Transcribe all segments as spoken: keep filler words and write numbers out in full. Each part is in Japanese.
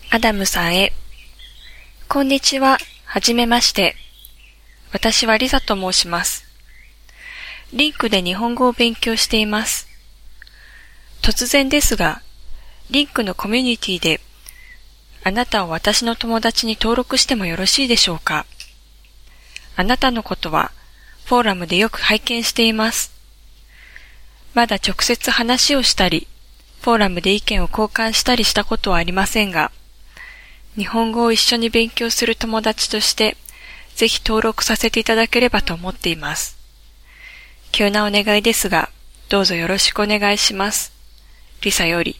アダムさんへ。こんにちは。はじめまして。私はリサと申します。リンクで日本語を勉強しています。突然ですが、リンクのコミュニティであなたを私の友達に登録してもよろしいでしょうか。あなたのことはフォーラムでよく拝見しています。まだ直接話をしたり、フォーラムで意見を交換したりしたことはありませんが、日本語を一緒に勉強する友達として、ぜひ登録させていただければと思っています。急なお願いですが、どうぞよろしくお願いします。リサより。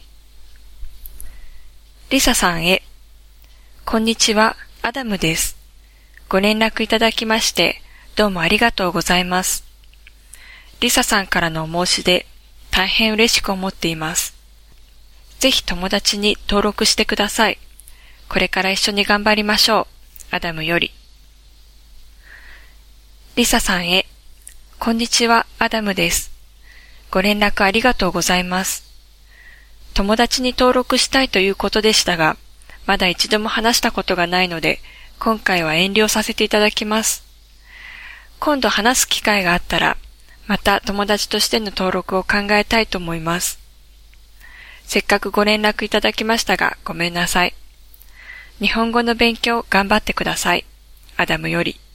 リサさんへ。こんにちは、アダムです。ご連絡いただきまして、どうもありがとうございます。リサさんからのお申し出、大変嬉しく思っています。ぜひ友達に登録してください。これから一緒に頑張りましょう。アダムより。リサさんへ。こんにちは、アダムです。ご連絡ありがとうございます。友達に登録したいということでしたが、まだ一度も話したことがないので、今回は遠慮させていただきます。今度話す機会があったら、また友達としての登録を考えたいと思います。せっかくご連絡いただきましたが、ごめんなさい。日本語の勉強頑張ってください。アダムより。